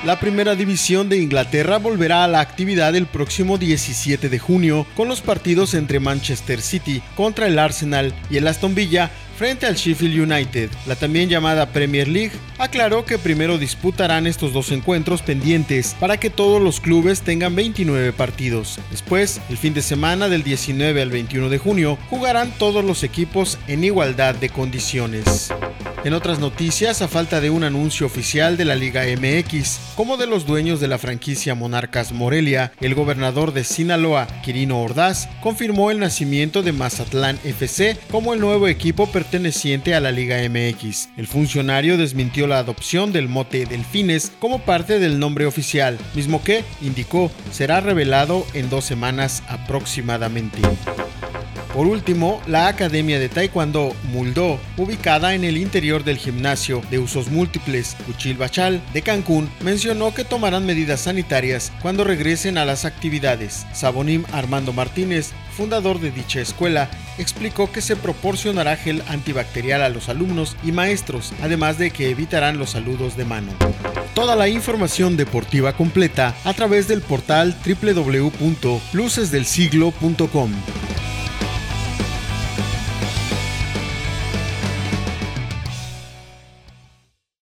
La primera división de Inglaterra volverá a la actividad el próximo 17 de junio con los partidos entre Manchester City contra el Arsenal y el Aston Villa frente al Sheffield United. La también llamada Premier League aclaró que primero disputarán estos dos encuentros pendientes para que todos los clubes tengan 29 partidos. Después, el fin de semana del 19 al 21 de junio, jugarán todos los equipos en igualdad de condiciones. En otras noticias, a falta de un anuncio oficial de la Liga MX, como de los dueños de la franquicia Monarcas Morelia, el gobernador de Sinaloa, Quirino Ordaz, confirmó el nacimiento de Mazatlán FC como el nuevo equipo perteneciente a la Liga MX. El funcionario desmintió la adopción del mote Delfines como parte del nombre oficial, mismo que, indicó, será revelado en 2 semanas aproximadamente. Por último, la Academia de Taekwondo Muldó, ubicada en el interior del gimnasio de usos múltiples Uchil Bachal de Cancún, mencionó que tomarán medidas sanitarias cuando regresen a las actividades. Sabonim Armando Martínez, fundador de dicha escuela, explicó que se proporcionará gel antibacterial a los alumnos y maestros, además de que evitarán los saludos de mano. Toda la información deportiva completa a través del portal www.lucesdelsiglo.com.